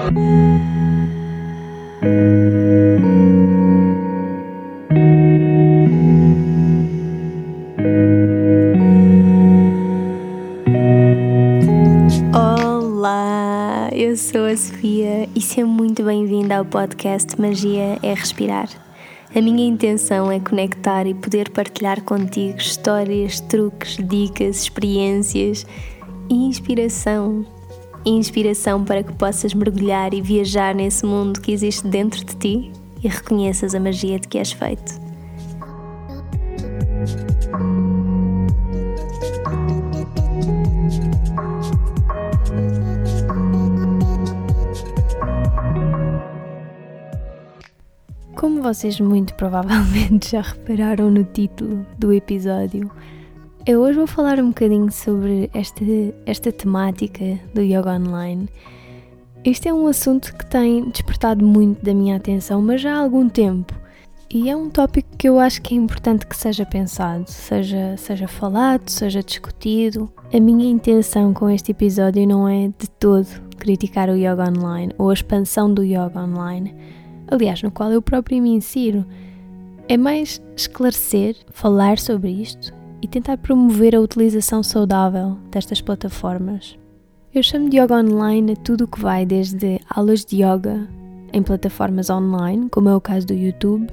Olá, eu sou a Sofia e seja muito bem-vinda ao podcast Magia é Respirar. A minha intenção é conectar e poder partilhar contigo histórias, truques, dicas, experiências e inspiração. Inspiração para que possas mergulhar e viajar nesse mundo que existe dentro de ti e reconheças a magia de que és feito. Como vocês muito provavelmente já repararam no título do episódio, eu hoje vou falar um bocadinho sobre esta temática do yoga online. Este é um assunto que tem despertado muito da minha atenção, mas já há algum tempo. E é um tópico que eu acho que é importante que seja pensado, seja falado, seja discutido. A minha intenção com este episódio não é de todo criticar o yoga online ou a expansão do yoga online, aliás, no qual eu próprio me insiro. É mais esclarecer, falar sobre isto e tentar promover a utilização saudável destas plataformas. Eu chamo de yoga online a tudo o que vai desde aulas de yoga em plataformas online, como é o caso do YouTube,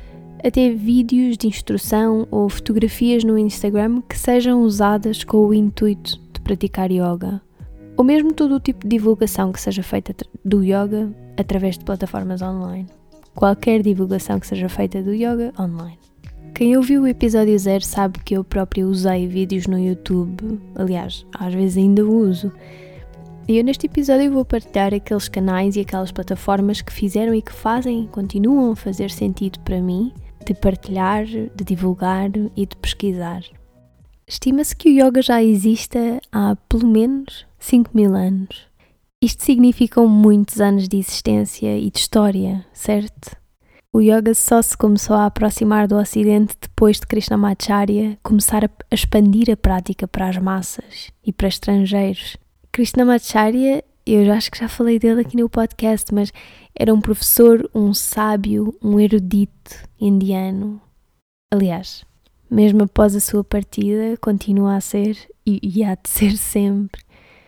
até vídeos de instrução ou fotografias no Instagram que sejam usadas com o intuito de praticar yoga, ou mesmo todo o tipo de divulgação que seja feita do yoga através de plataformas online. Qualquer divulgação que seja feita do yoga online. Quem ouviu o episódio 0 sabe que eu própria usei vídeos no YouTube, aliás, às vezes ainda uso. E eu neste episódio vou partilhar aqueles canais e aquelas plataformas que fizeram e que fazem e continuam a fazer sentido para mim, de partilhar, de divulgar e de pesquisar. Estima-se que o yoga já exista há pelo menos 5.000 anos. Isto significam muitos anos de existência e de história, certo? O yoga só se começou a aproximar do Ocidente depois de Krishnamacharya começar a expandir a prática para as massas e para estrangeiros. Krishnamacharya, eu acho que já falei dele aqui no podcast, mas era um professor, um sábio, um erudito indiano. Aliás, mesmo após a sua partida, continua a ser e há de ser sempre.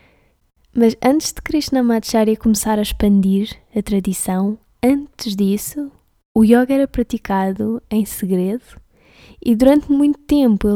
Mas antes de Krishnamacharya começar a expandir a tradição, antes disso, o yoga era praticado em segredo e durante muito tempo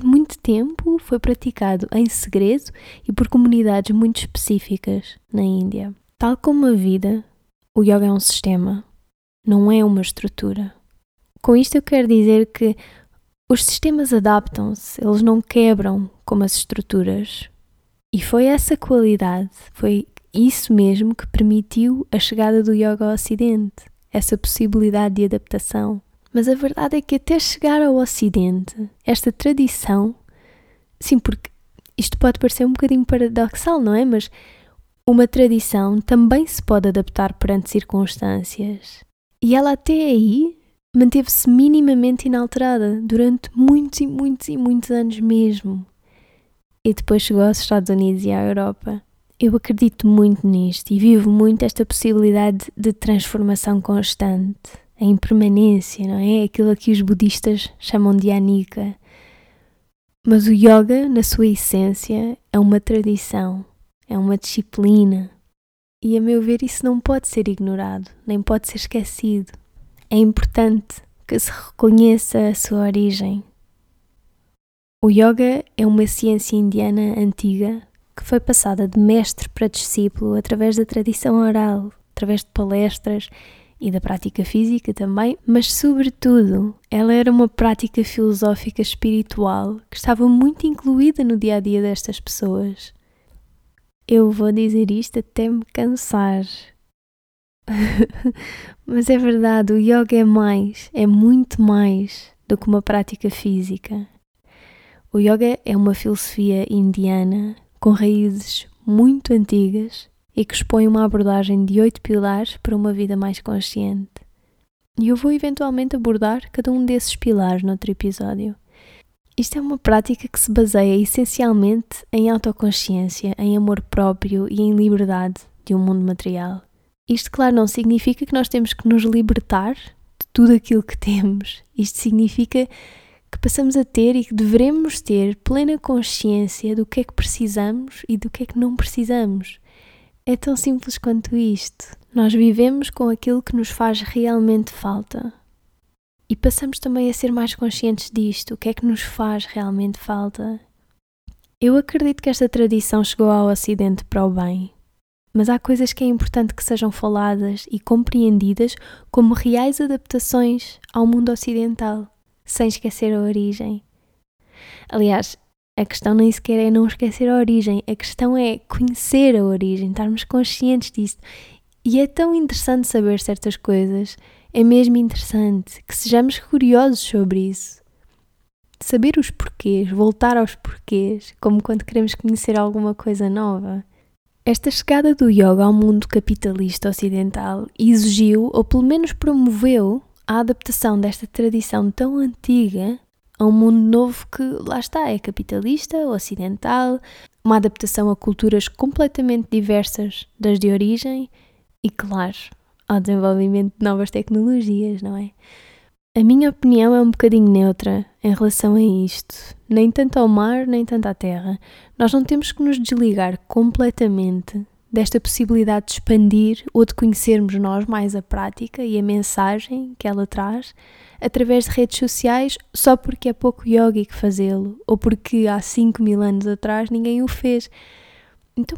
foi praticado em segredo e por comunidades muito específicas na Índia. Tal como a vida, o yoga é um sistema, não é uma estrutura. Com isto eu quero dizer que os sistemas adaptam-se, eles não quebram como as estruturas. E foi essa qualidade, foi isso mesmo que permitiu a chegada do yoga ao Ocidente, essa possibilidade de adaptação. Mas a verdade é que até chegar ao Ocidente, esta tradição, sim, porque isto pode parecer um bocadinho paradoxal, não é? Mas uma tradição também se pode adaptar perante circunstâncias. E ela até aí manteve-se minimamente inalterada durante muitos e muitos e muitos anos mesmo. E depois chegou aos Estados Unidos e à Europa. Eu acredito muito nisto e vivo muito esta possibilidade de transformação constante, a impermanência, não é? Aquilo que os budistas chamam de anicca. Mas o yoga, na sua essência, é uma tradição, é uma disciplina. E a meu ver isso não pode ser ignorado, nem pode ser esquecido. É importante que se reconheça a sua origem. O yoga é uma ciência indiana antiga que foi passada de mestre para discípulo através da tradição oral, através de palestras e da prática física também, mas sobretudo ela era uma prática filosófica espiritual que estava muito incluída no dia-a-dia destas pessoas. Eu vou dizer isto até me cansar. Mas é verdade, o yoga é muito mais do que uma prática física. O yoga é uma filosofia indiana com raízes muito antigas e que expõe uma abordagem de 8 pilares para uma vida mais consciente. E eu vou eventualmente abordar cada um desses pilares noutro episódio. Isto é uma prática que se baseia essencialmente em autoconsciência, em amor próprio e em liberdade de um mundo material. Isto, claro, não significa que nós temos que nos libertar de tudo aquilo que temos. Isto significa que passamos a ter e que devemos ter plena consciência do que é que precisamos e do que é que não precisamos. É tão simples quanto isto. Nós vivemos com aquilo que nos faz realmente falta. E passamos também a ser mais conscientes disto, o que é que nos faz realmente falta. Eu acredito que esta tradição chegou ao Ocidente para o bem, mas há coisas que é importante que sejam faladas e compreendidas como reais adaptações ao mundo ocidental, sem esquecer a origem. Aliás, a questão nem sequer é não esquecer a origem, a questão é conhecer a origem, estarmos conscientes disso. E é tão interessante saber certas coisas. É mesmo interessante que sejamos curiosos sobre isso. Saber os porquês, voltar aos porquês, como quando queremos conhecer alguma coisa nova. Esta chegada do yoga ao mundo capitalista ocidental exigiu, ou pelo menos promoveu, a adaptação desta tradição tão antiga a um mundo novo que, lá está, é capitalista, ocidental, uma adaptação a culturas completamente diversas das de origem e, claro, ao desenvolvimento de novas tecnologias, não é? A minha opinião é um bocadinho neutra em relação a isto. Nem tanto ao mar, nem tanto à terra. Nós não temos que nos desligar completamente desta possibilidade de expandir ou de conhecermos nós mais a prática e a mensagem que ela traz através de redes sociais só porque é pouco yógico fazê-lo ou porque há 5.000 anos atrás ninguém o fez. Então,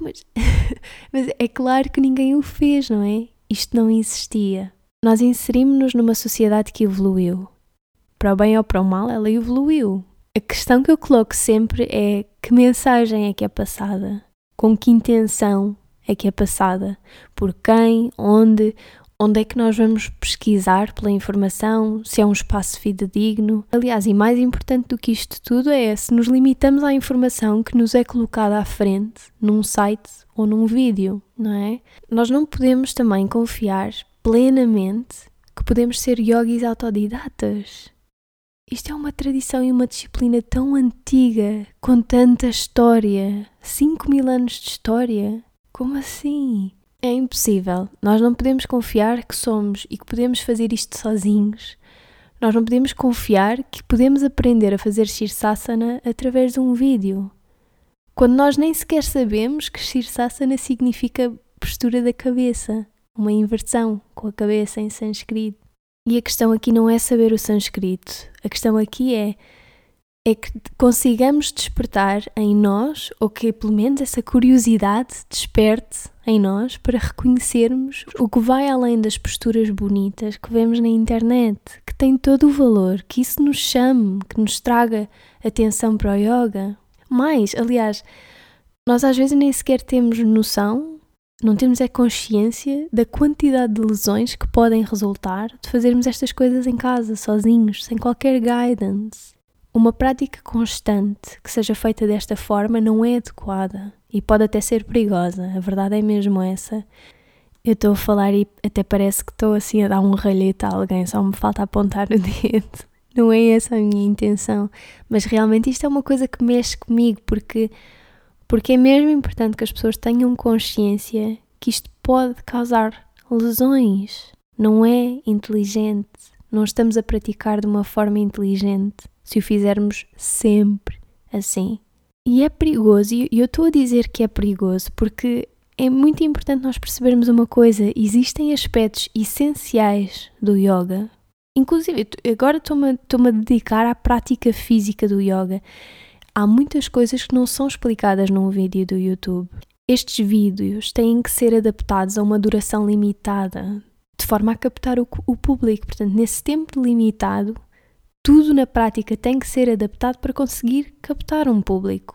mas é claro que ninguém o fez, não é? Isto não existia. Nós inserimos-nos numa sociedade que evoluiu. Para o bem ou para o mal, ela evoluiu. A questão que eu coloco sempre é que mensagem é que é passada? Com que intenção é que é passada? Por quem? Onde é que nós vamos pesquisar pela informação? Se é um espaço fidedigno? Aliás, e mais importante do que isto tudo é se nos limitamos à informação que nos é colocada à frente num site ou num vídeo, não é? Nós não podemos também confiar plenamente que podemos ser yogis autodidatas. Isto é uma tradição e uma disciplina tão antiga, com tanta história. 5.000 anos de história? Como assim? É impossível. Nós não podemos confiar que somos e que podemos fazer isto sozinhos. Nós não podemos confiar que podemos aprender a fazer Sirsasana através de um vídeo. Quando nós nem sequer sabemos que Sirsasana significa postura da cabeça. Uma inversão com a cabeça em sânscrito. E a questão aqui não é saber o sânscrito. A questão aqui é que consigamos despertar em nós, ou que pelo menos essa curiosidade desperte em nós para reconhecermos o que vai além das posturas bonitas que vemos na internet, que tem todo o valor, que isso nos chame, que nos traga atenção para o yoga. Mais, aliás, nós às vezes nem sequer temos noção, não temos a consciência da quantidade de lesões que podem resultar de fazermos estas coisas em casa, sozinhos, sem qualquer guidance. Uma prática constante que seja feita desta forma não é adequada e pode até ser perigosa, a verdade é mesmo essa. Eu estou a falar e até parece que estou assim a dar um ralhete a alguém, só me falta apontar o dedo. Não é essa a minha intenção, mas realmente isto é uma coisa que mexe comigo porque é mesmo importante que as pessoas tenham consciência que isto pode causar lesões. Não é inteligente, não estamos a praticar de uma forma inteligente se o fizermos sempre assim. E é perigoso, e eu estou a dizer que é perigoso porque é muito importante nós percebermos uma coisa: existem aspectos essenciais do yoga. Inclusive, agora estou-me a dedicar à prática física do yoga. Há muitas coisas que não são explicadas num vídeo do YouTube. Estes vídeos têm que ser adaptados a uma duração limitada, de forma a captar o público. Portanto, nesse tempo limitado, tudo na prática tem que ser adaptado para conseguir captar um público.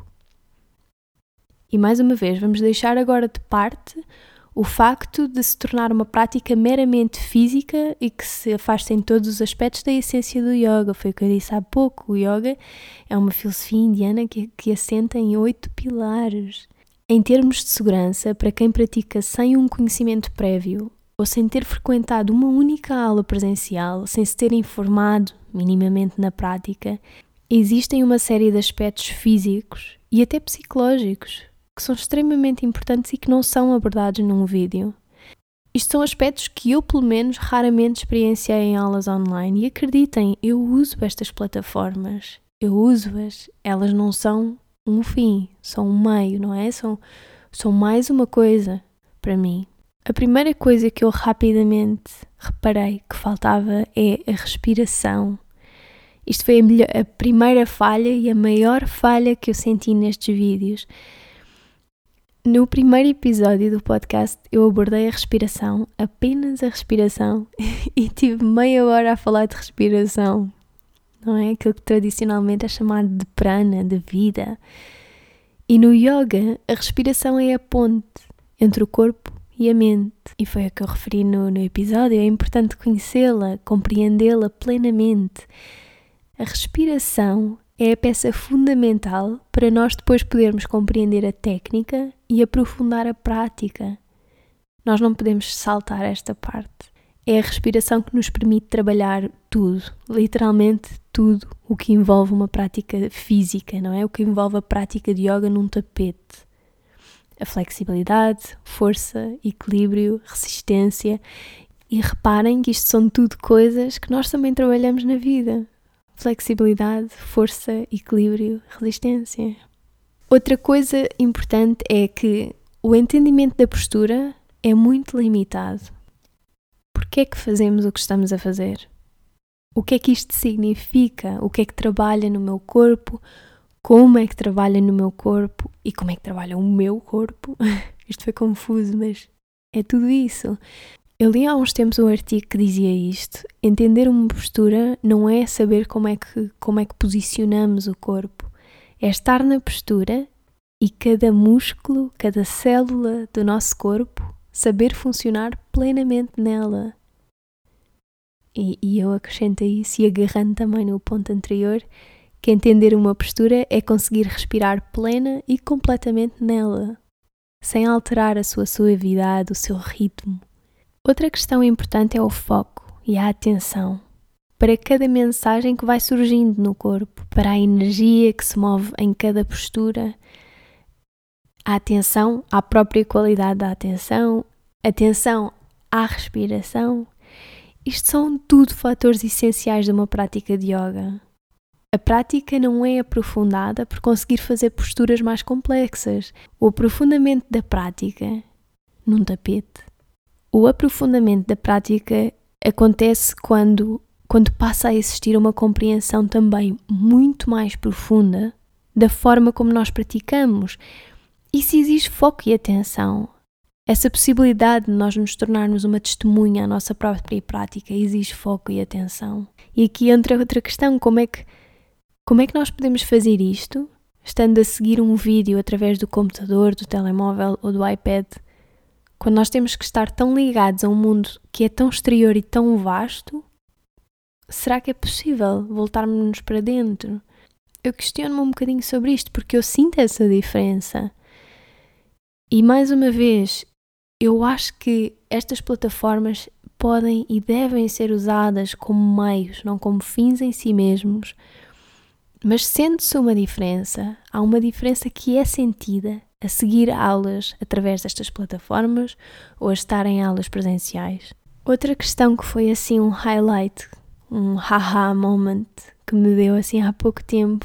E mais uma vez, vamos deixar agora de parte o facto de se tornar uma prática meramente física e que se afasta em todos os aspectos da essência do yoga. Foi o que eu disse há pouco. O yoga é uma filosofia indiana que assenta em 8 pilares. Em termos de segurança, para quem pratica sem um conhecimento prévio ou sem ter frequentado uma única aula presencial, sem se ter informado minimamente na prática, existem uma série de aspectos físicos e até psicológicos que são extremamente importantes e que não são abordados num vídeo. Isto são aspectos que eu, pelo menos, raramente experienciei em aulas online. E acreditem, eu uso estas plataformas. Eu uso-as. Elas não são um fim, são um meio, não é? São mais uma coisa para mim. A primeira coisa que eu rapidamente reparei que faltava é a respiração. Isto foi a primeira falha e a maior falha que eu senti nestes vídeos. No primeiro episódio do podcast eu abordei a respiração, apenas a respiração, e tive meia hora a falar de respiração, não é? Aquilo que tradicionalmente é chamado de prana, de vida. E no yoga a respiração é a ponte entre o corpo e a mente. E foi a que eu referi no episódio, é importante conhecê-la, compreendê-la plenamente. A respiração é a peça fundamental para nós depois podermos compreender a técnica e aprofundar a prática. Nós não podemos saltar esta parte. É a respiração que nos permite trabalhar tudo, literalmente tudo o que envolve uma prática física, não é? O que envolve a prática de yoga num tapete. A flexibilidade, força, equilíbrio, resistência. E reparem que isto são tudo coisas que nós também trabalhamos na vida. Flexibilidade, força, equilíbrio, resistência. Outra coisa importante é que o entendimento da postura é muito limitado. Porquê é que fazemos o que estamos a fazer? O que é que isto significa? O que é que trabalha no meu corpo? Como é que trabalha no meu corpo? E como é que trabalha o meu corpo? Isto foi confuso, mas é tudo isso. Eu li há uns tempos um artigo que dizia isto. Entender uma postura não é saber como é que posicionamos o corpo. É estar na postura e cada músculo, cada célula do nosso corpo saber funcionar plenamente nela. E eu acrescento a isso, e agarrando também no ponto anterior, que entender uma postura é conseguir respirar plena e completamente nela, sem alterar a sua suavidade, o seu ritmo. Outra questão importante é o foco e a atenção para cada mensagem que vai surgindo no corpo, para a energia que se move em cada postura, a atenção à própria qualidade da atenção à respiração. Isto são tudo fatores essenciais de uma prática de yoga. A prática não é aprofundada por conseguir fazer posturas mais complexas. O aprofundamento da prática num tapete. O aprofundamento da prática acontece quando passa a existir uma compreensão também muito mais profunda da forma como nós praticamos. Isso exige foco e atenção. Essa possibilidade de nós nos tornarmos uma testemunha à nossa própria prática exige foco e atenção. E aqui entra outra questão, como é que nós podemos fazer isto, estando a seguir um vídeo através do computador, do telemóvel ou do iPad, quando nós temos que estar tão ligados a um mundo que é tão exterior e tão vasto? Será que é possível voltarmos para dentro? Eu questiono-me um bocadinho sobre isto, porque eu sinto essa diferença. E mais uma vez, eu acho que estas plataformas podem e devem ser usadas como meios, não como fins em si mesmos. Mas sente-se uma diferença, há uma diferença que é sentida a seguir aulas através destas plataformas ou a estar em aulas presenciais. Outra questão que foi assim um highlight, um haha moment que me deu assim há pouco tempo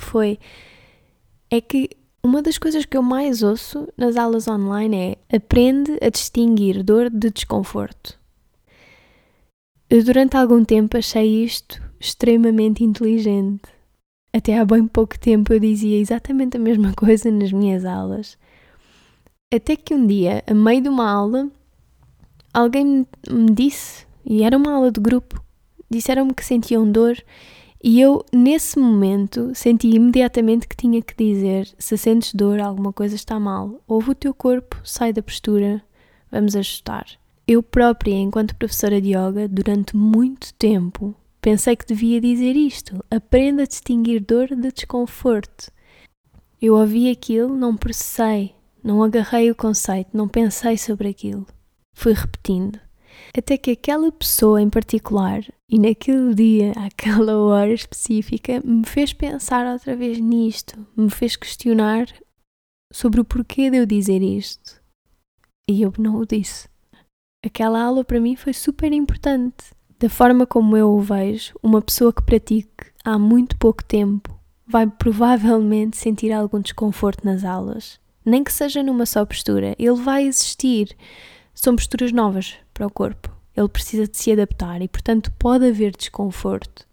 é que uma das coisas que eu mais ouço nas aulas online é: aprende a distinguir dor de desconforto. Eu durante algum tempo achei isto extremamente inteligente. Até há bem pouco tempo eu dizia exatamente a mesma coisa nas minhas aulas. Até que um dia, a meio de uma aula, alguém me disse, e era uma aula de grupo, disseram-me que sentiam dor e eu, nesse momento, senti imediatamente que tinha que dizer: se sentes dor, alguma coisa está mal. Ouve o teu corpo, sai da postura, vamos ajustar. Eu própria, enquanto professora de yoga, durante muito tempo, pensei que devia dizer isto: aprenda a distinguir dor de desconforto. Eu ouvi aquilo, não processei, não agarrei o conceito, não pensei sobre aquilo. Fui repetindo. Até que aquela pessoa em particular, e naquele dia, àquela hora específica, me fez pensar outra vez nisto, me fez questionar sobre o porquê de eu dizer isto. E eu não o disse. Aquela aula para mim foi super importante. Da forma como eu o vejo, uma pessoa que pratique há muito pouco tempo vai provavelmente sentir algum desconforto nas aulas. Nem que seja numa só postura, ele vai existir. São posturas novas para o corpo. Ele precisa de se adaptar e, portanto, pode haver desconforto.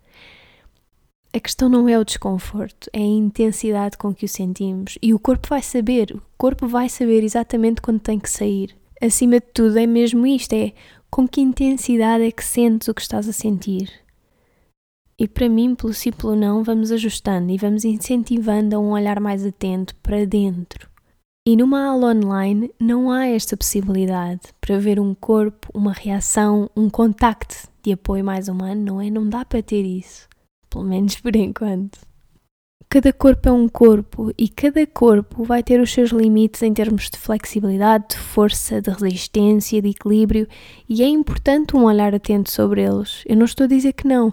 A questão não é o desconforto, é a intensidade com que o sentimos. E o corpo vai saber exatamente quando tem que sair. Acima de tudo é mesmo isto, é com que intensidade é que sentes o que estás a sentir. E para mim, pelo sim, pelo não, vamos ajustando e vamos incentivando a um olhar mais atento para dentro. E numa aula online não há esta possibilidade para ver um corpo, uma reação, um contacto de apoio mais humano, não é? Não dá para ter isso, pelo menos por enquanto. Cada corpo é um corpo e cada corpo vai ter os seus limites em termos de flexibilidade, de força, de resistência, de equilíbrio e é importante um olhar atento sobre eles. Eu não estou a dizer que não,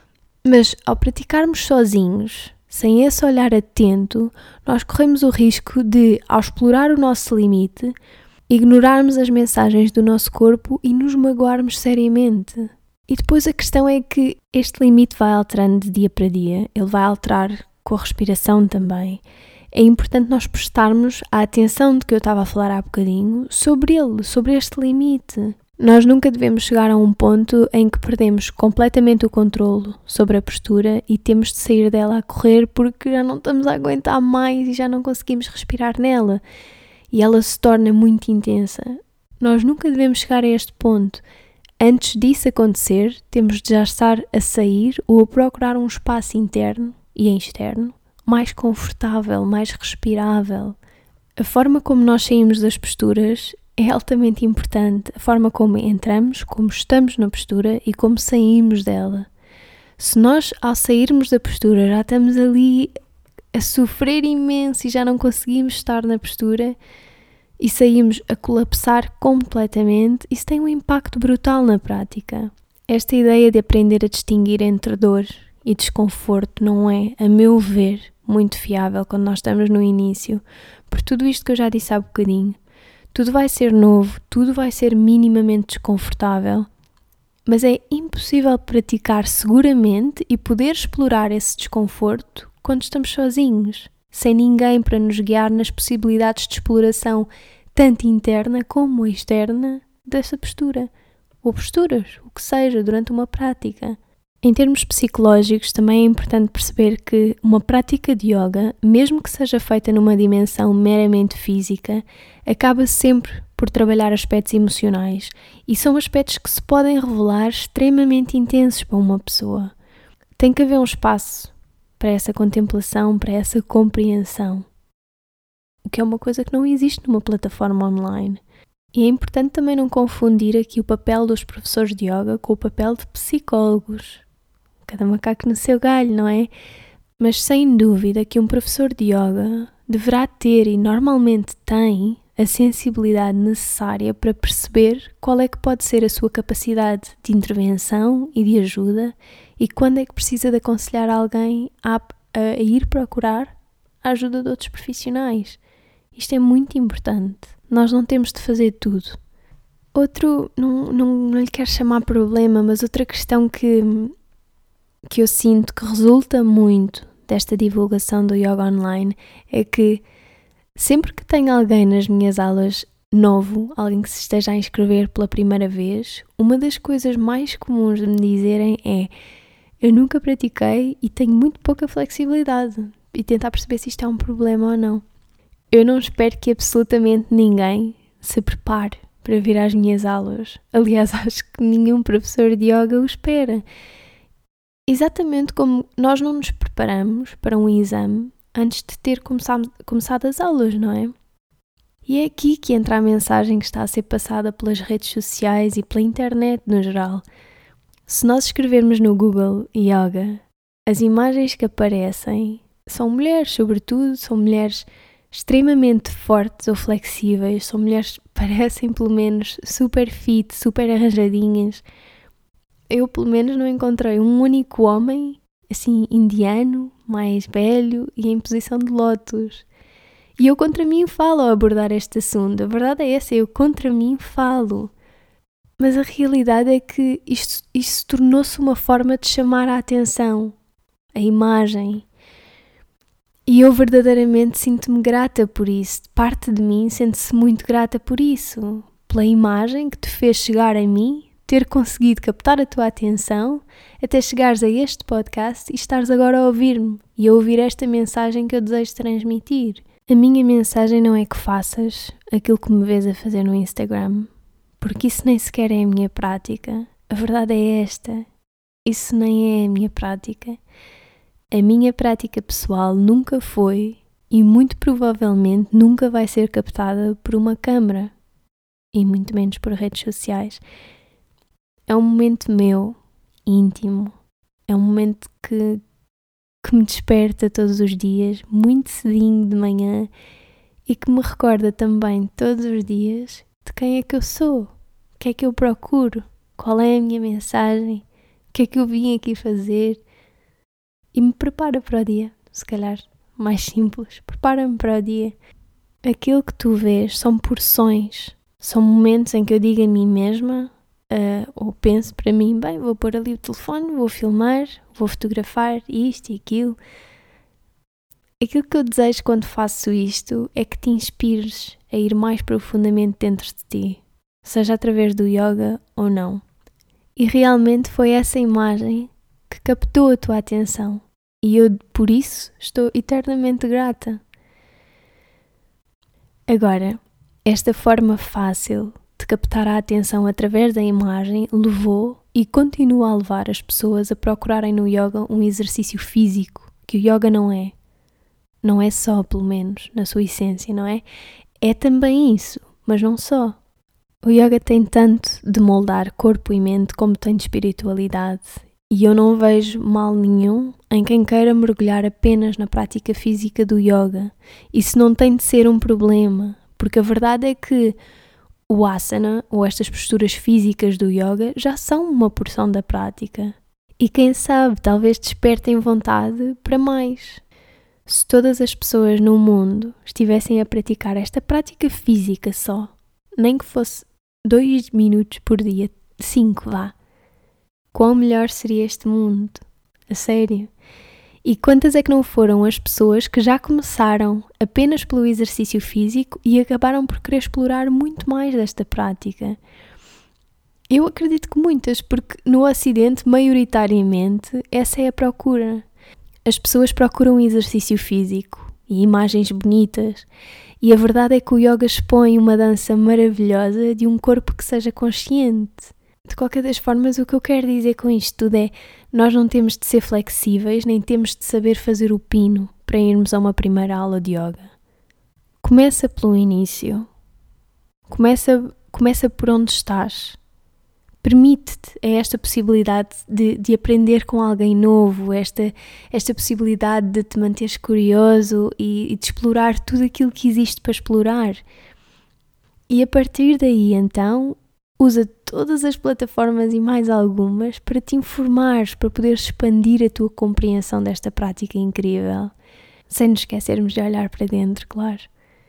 mas ao praticarmos sozinhos, sem esse olhar atento, nós corremos o risco de, ao explorar o nosso limite, ignorarmos as mensagens do nosso corpo e nos magoarmos seriamente. E depois a questão é que este limite vai alterando de dia para dia, ele vai alterar com a respiração também. É importante nós prestarmos a atenção de que eu estava a falar há bocadinho sobre ele, sobre este limite. Nós nunca devemos chegar a um ponto em que perdemos completamente o controlo sobre a postura e temos de sair dela a correr porque já não estamos a aguentar mais e já não conseguimos respirar nela. E ela se torna muito intensa. Nós nunca devemos chegar a este ponto. Antes disso acontecer, temos de já estar a sair ou a procurar um espaço interno e externo mais confortável, mais respirável. A forma como nós saímos das posturas é altamente importante. A forma como entramos, como estamos na postura e como saímos dela. Se nós, ao sairmos da postura, já estamos ali a sofrer imenso e já não conseguimos estar na postura e saímos a colapsar completamente, isso tem um impacto brutal na prática. Esta ideia de aprender a distinguir entre dor e desconforto não é, a meu ver, muito fiável quando nós estamos no início, por tudo isto que eu já disse há bocadinho. Tudo vai ser novo, tudo vai ser minimamente desconfortável, mas é impossível praticar seguramente e poder explorar esse desconforto quando estamos sozinhos, sem ninguém para nos guiar nas possibilidades de exploração, tanto interna como externa, dessa postura, ou posturas, o que seja, durante uma prática. Em termos psicológicos, também é importante perceber que uma prática de yoga, mesmo que seja feita numa dimensão meramente física, acaba sempre por trabalhar aspectos emocionais e são aspectos que se podem revelar extremamente intensos para uma pessoa. Tem que haver um espaço para essa contemplação, para essa compreensão, o que é uma coisa que não existe numa plataforma online. E é importante também não confundir aqui o papel dos professores de yoga com o papel de psicólogos. Cada macaco no seu galho, não é? Mas sem dúvida que um professor de yoga deverá ter e normalmente tem a sensibilidade necessária para perceber qual é que pode ser a sua capacidade de intervenção e de ajuda e quando é que precisa de aconselhar alguém a ir procurar a ajuda de outros profissionais. Isto é muito importante. Nós não temos de fazer tudo. Outro, não lhe quero chamar problema, mas outra questão que eu sinto que resulta muito desta divulgação do yoga online é que sempre que tenho alguém nas minhas aulas novo, alguém que se esteja a inscrever pela primeira vez, uma das coisas mais comuns de me dizerem é: eu nunca pratiquei e tenho muito pouca flexibilidade, e tentar perceber se isto é um problema ou não. Eu não espero que absolutamente ninguém se prepare para vir às minhas aulas. Aliás, acho que nenhum professor de yoga o espera. Exatamente como nós não nos preparamos para um exame antes de ter começado as aulas, não é? E é aqui que entra a mensagem que está a ser passada pelas redes sociais e pela internet no geral. Se nós escrevermos no Google yoga, as imagens que aparecem são mulheres, sobretudo, são mulheres extremamente fortes ou flexíveis, são mulheres que parecem pelo menos super fit, super arranjadinhas. Eu pelo menos não encontrei um único homem, assim, indiano, mais velho e em posição de lótus. E eu contra mim falo ao abordar este assunto. A verdade é essa, eu contra mim falo. Mas a realidade é que isto tornou-se uma forma de chamar a atenção, a imagem. E eu verdadeiramente sinto-me grata por isso. Parte de mim sente-se muito grata por isso. Pela imagem que te fez chegar a mim, ter conseguido captar a tua atenção, até chegares a este podcast e estares agora a ouvir-me e a ouvir esta mensagem que eu desejo transmitir. A minha mensagem não é que faças aquilo que me vês a fazer no Instagram, porque isso nem sequer é a minha prática. A verdade é esta. Isso nem é a minha prática. A minha prática pessoal nunca foi e muito provavelmente nunca vai ser captada por uma câmara e muito menos por redes sociais. É um momento meu, íntimo. É um momento que me desperta todos os dias, muito cedinho de manhã e que me recorda também todos os dias de quem é que eu sou, o que é que eu procuro, qual é a minha mensagem, o que é que eu vim aqui fazer e me prepara para o dia, se calhar mais simples, prepara-me para o dia. Aquilo que tu vês são porções, são momentos em que eu digo a mim mesma, ou penso para mim, bem, vou pôr ali o telefone, vou filmar, vou fotografar isto e aquilo. Aquilo que eu desejo quando faço isto é que te inspires a ir mais profundamente dentro de ti, seja através do yoga ou não. E realmente foi essa imagem que captou a tua atenção e eu por isso estou eternamente grata. Agora, esta forma fácil de captar a atenção através da imagem levou e continua a levar as pessoas a procurarem no yoga um exercício físico, que o yoga não é. Não é só, pelo menos, na sua essência, não é? É também isso, mas não só. O yoga tem tanto de moldar corpo e mente como tem de espiritualidade. E eu não vejo mal nenhum em quem queira mergulhar apenas na prática física do yoga. Isso não tem de ser um problema, porque a verdade é que o asana, ou estas posturas físicas do yoga, já são uma porção da prática. E quem sabe, talvez despertem vontade para mais. Se todas as pessoas no mundo estivessem a praticar esta prática física só, nem que fosse 2 minutos por dia, 5 vá, quão melhor seria este mundo? A sério. E quantas é que não foram as pessoas que já começaram apenas pelo exercício físico e acabaram por querer explorar muito mais desta prática? Eu acredito que muitas, porque no Ocidente, maioritariamente, essa é a procura. As pessoas procuram exercício físico e imagens bonitas, e a verdade é que o yoga expõe uma dança maravilhosa de um corpo que seja consciente. De qualquer das formas, o que eu quero dizer com isto tudo é: nós não temos de ser flexíveis, nem temos de saber fazer o pino para irmos a uma primeira aula de yoga. Começa pelo início. Começa por onde estás. Permite-te esta possibilidade de aprender com alguém novo, esta possibilidade de te manteres curioso e de explorar tudo aquilo que existe para explorar. E a partir daí, então, usa todas as plataformas e mais algumas para te informares, para poderes expandir a tua compreensão desta prática incrível, sem nos esquecermos de olhar para dentro, claro.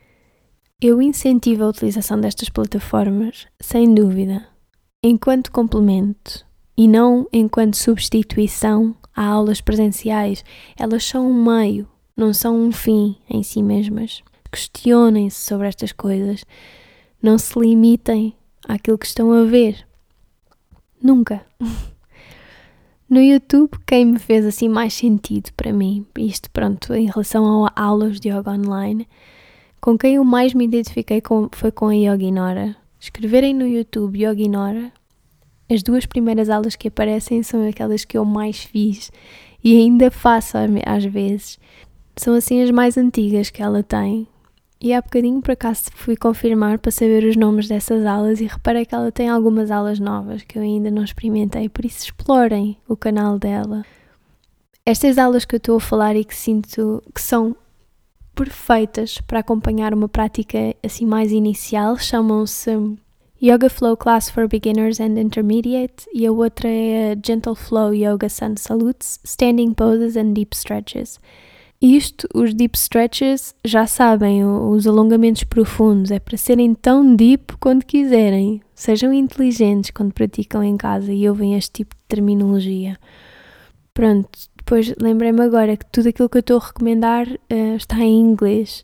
Eu incentivo a utilização destas plataformas, sem dúvida, enquanto complemento e não enquanto substituição a aulas presenciais. Elas são um meio, não são um fim em si mesmas. Questionem-se sobre estas coisas. Não se limitem àquilo que estão a ver. Nunca. No YouTube, quem me fez assim mais sentido para mim, isto pronto, em relação a aulas de yoga online, com quem eu mais me identifiquei foi com a Yoginora. Escreverem no YouTube Yoginora, as 2 primeiras aulas que aparecem são aquelas que eu mais fiz e ainda faço às vezes. São assim as mais antigas que ela tem. E há bocadinho por acaso fui confirmar para saber os nomes dessas aulas e reparei que ela tem algumas aulas novas que eu ainda não experimentei, por isso explorem o canal dela. Estas aulas que eu estou a falar e que sinto que são perfeitas para acompanhar uma prática assim mais inicial chamam-se Yoga Flow Class for Beginners and Intermediate e a outra é a Gentle Flow Yoga Sun Salutes, Standing Poses and Deep Stretches. Isto, os deep stretches, já sabem, os alongamentos profundos, é para serem tão deep quando quiserem. Sejam inteligentes quando praticam em casa e ouvem este tipo de terminologia. Pronto, depois lembrei-me agora que tudo aquilo que eu estou a recomendar está em inglês.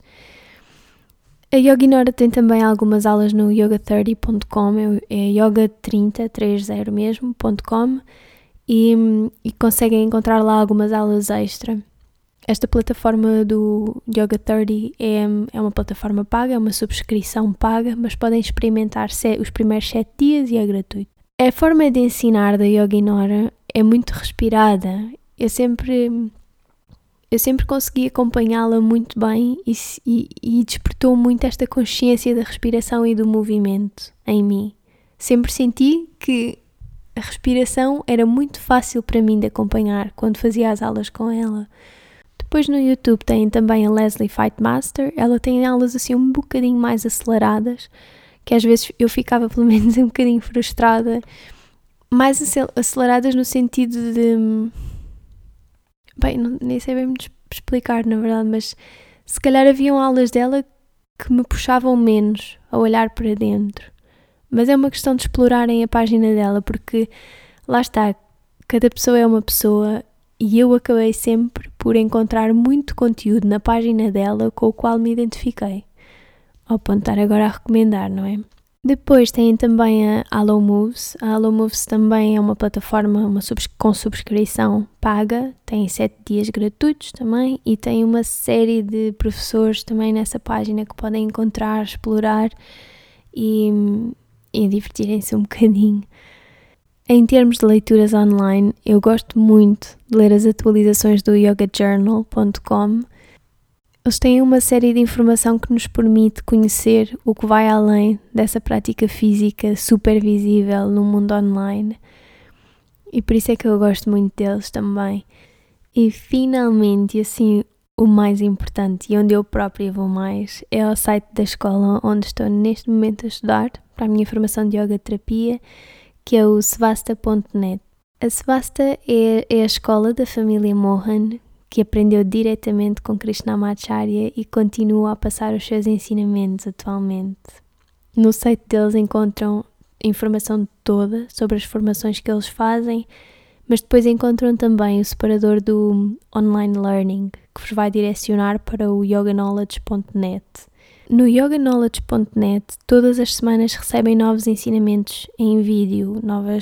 A Yoginora tem também algumas aulas no yoga30.com, é yoga30 mesmo.com e conseguem encontrar lá algumas aulas extra. Esta plataforma do Yoga30 é uma plataforma paga, é uma subscrição paga, mas podem experimentar os primeiros 7 dias e é gratuito. A forma de ensinar da Yoginora é muito respirada. Eu sempre consegui acompanhá-la muito bem e despertou muito esta consciência da respiração e do movimento em mim. Sempre senti que a respiração era muito fácil para mim de acompanhar quando fazia as aulas com ela. Depois no YouTube tem também a Leslie Fight Master. Ela tem aulas assim um bocadinho mais aceleradas, que às vezes eu ficava pelo menos um bocadinho frustrada. Mais aceleradas no sentido de... Bem, nem sei bem explicar, na verdade, mas se calhar haviam aulas dela que me puxavam menos a olhar para dentro. Mas é uma questão de explorarem a página dela, porque lá está, cada pessoa é uma pessoa e eu acabei sempre por encontrar muito conteúdo na página dela com o qual me identifiquei. Ao ponto de estar agora a recomendar, não é? Depois tem também a Allo Moves. A Allo Moves também é uma plataforma com subscrição paga, tem 7 dias gratuitos também e tem uma série de professores também nessa página que podem encontrar, explorar e divertirem-se um bocadinho. Em termos de leituras online, eu gosto muito de ler as atualizações do yogajournal.com. Eles têm uma série de informação que nos permite conhecer o que vai além dessa prática física super visível no mundo online. E por isso é que eu gosto muito deles também. E finalmente, assim, o mais importante e onde eu própria vou mais é ao site da escola onde estou neste momento a estudar para a minha formação de yoga terapia, que é o svasta.net. A Svasta é a escola da família Mohan, que aprendeu diretamente com Krishnamacharya e continua a passar os seus ensinamentos atualmente. No site deles encontram informação toda sobre as formações que eles fazem, mas depois encontram também o separador do online learning, que vos vai direcionar para o yogaknowledge.net. No yogaknowledge.net todas as semanas recebem novos ensinamentos em vídeo,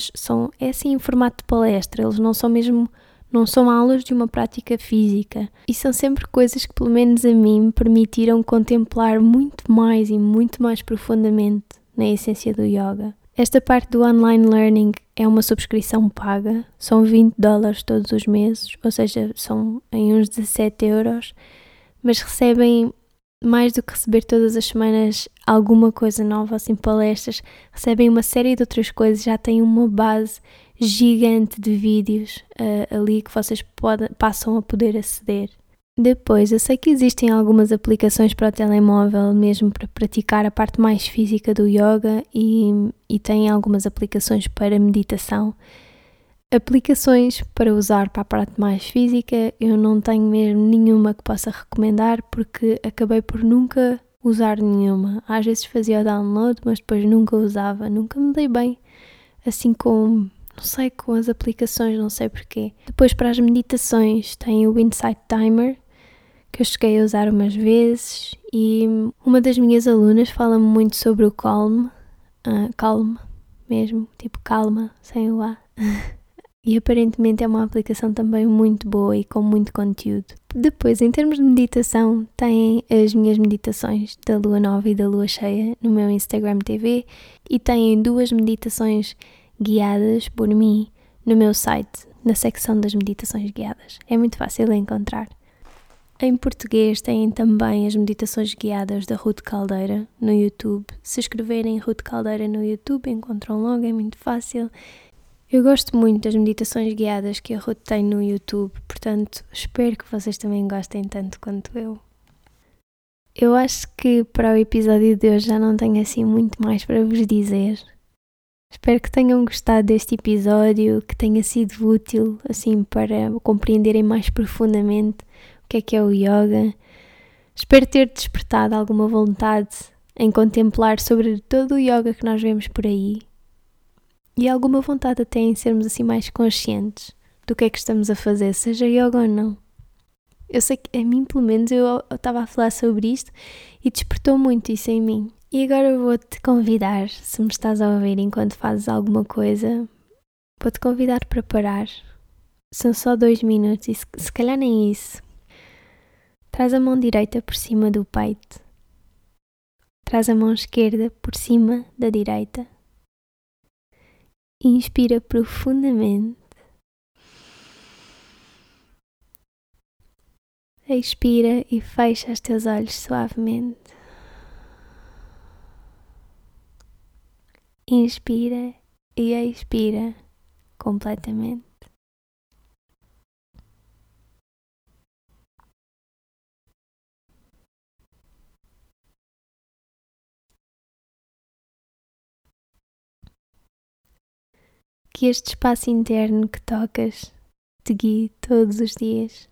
é assim em formato de palestra, eles não são aulas de uma prática física e são sempre coisas que pelo menos a mim me permitiram contemplar muito mais e muito mais profundamente na essência do yoga. Esta parte do online learning é uma subscrição paga, são $20 todos os meses, ou seja, são em uns 17 euros, mas recebem mais do que receber todas as semanas alguma coisa nova, assim palestras, recebem uma série de outras coisas, já têm uma base gigante de vídeos ali que vocês passam a poder aceder. Depois, eu sei que existem algumas aplicações para o telemóvel mesmo para praticar a parte mais física do yoga e tem algumas aplicações para meditação. Aplicações para usar para a parte mais física, eu não tenho mesmo nenhuma que possa recomendar porque acabei por nunca usar nenhuma. Às vezes fazia o download, mas depois nunca usava, nunca me dei bem assim com as aplicações, não sei porquê. Depois para as meditações tem o Insight Timer, que eu cheguei a usar umas vezes e uma das minhas alunas fala-me muito sobre o Calm mesmo, tipo calma, sem o A. E aparentemente é uma aplicação também muito boa e com muito conteúdo. Depois, em termos de meditação, têm as minhas meditações da lua nova e da lua cheia no meu Instagram TV e têm 2 meditações guiadas por mim no meu site, na secção das meditações guiadas. É muito fácil de encontrar. Em português têm também as meditações guiadas da Ruth Caldeira no YouTube. Se escreverem Ruth Caldeira no YouTube encontram logo, é muito fácil. Eu gosto muito das meditações guiadas que a Ruth tem no YouTube, portanto espero que vocês também gostem tanto quanto eu. Eu acho que para o episódio de hoje já não tenho assim muito mais para vos dizer. Espero que tenham gostado deste episódio, que tenha sido útil assim para compreenderem mais profundamente que é o yoga. Espero ter despertado alguma vontade em contemplar sobre todo o yoga que nós vemos por aí e alguma vontade até em sermos assim mais conscientes do que é que estamos a fazer, seja yoga ou não. Eu sei que a mim, pelo menos, eu estava a falar sobre isto e despertou muito isso em mim. E agora eu vou-te convidar, se me estás a ouvir enquanto fazes alguma coisa, vou-te convidar para parar. São só 2 minutos e se calhar nem isso. Traz a mão direita por cima do peito. Traz a mão esquerda por cima da direita. Inspira profundamente. Expira e fecha os teus olhos suavemente. Inspira e expira completamente. Que este espaço interno que tocas te guie todos os dias.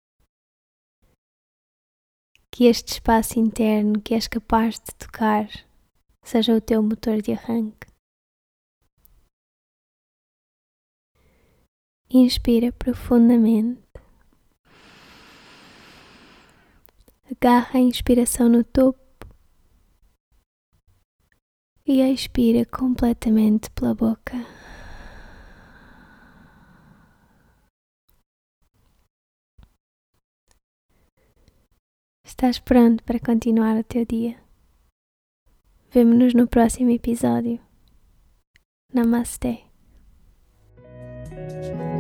Que este espaço interno que és capaz de tocar seja o teu motor de arranque. Inspira profundamente. Agarra a inspiração no topo e expira completamente pela boca. Estás pronto para continuar o teu dia? Vemo-nos no próximo episódio. Namastê.